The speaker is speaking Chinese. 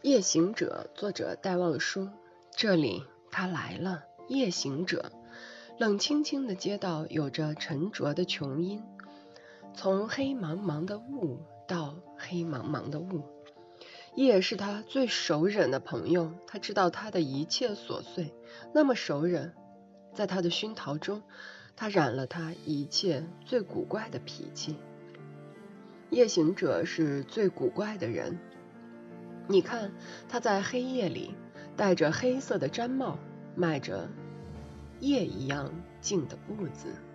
夜行者，作者戴望舒。这里他来了。夜行者，冷清清的街道有着沉着的琼音，从黑茫茫的雾到黑茫茫的雾。夜是他最熟稔的朋友，他知道他的一切琐碎，那么熟稔，在他的熏陶中，他染了他一切最古怪的脾气。夜行者是最古怪的人，你看他在黑夜里戴着黑色的毡帽，迈着夜一样静的步子。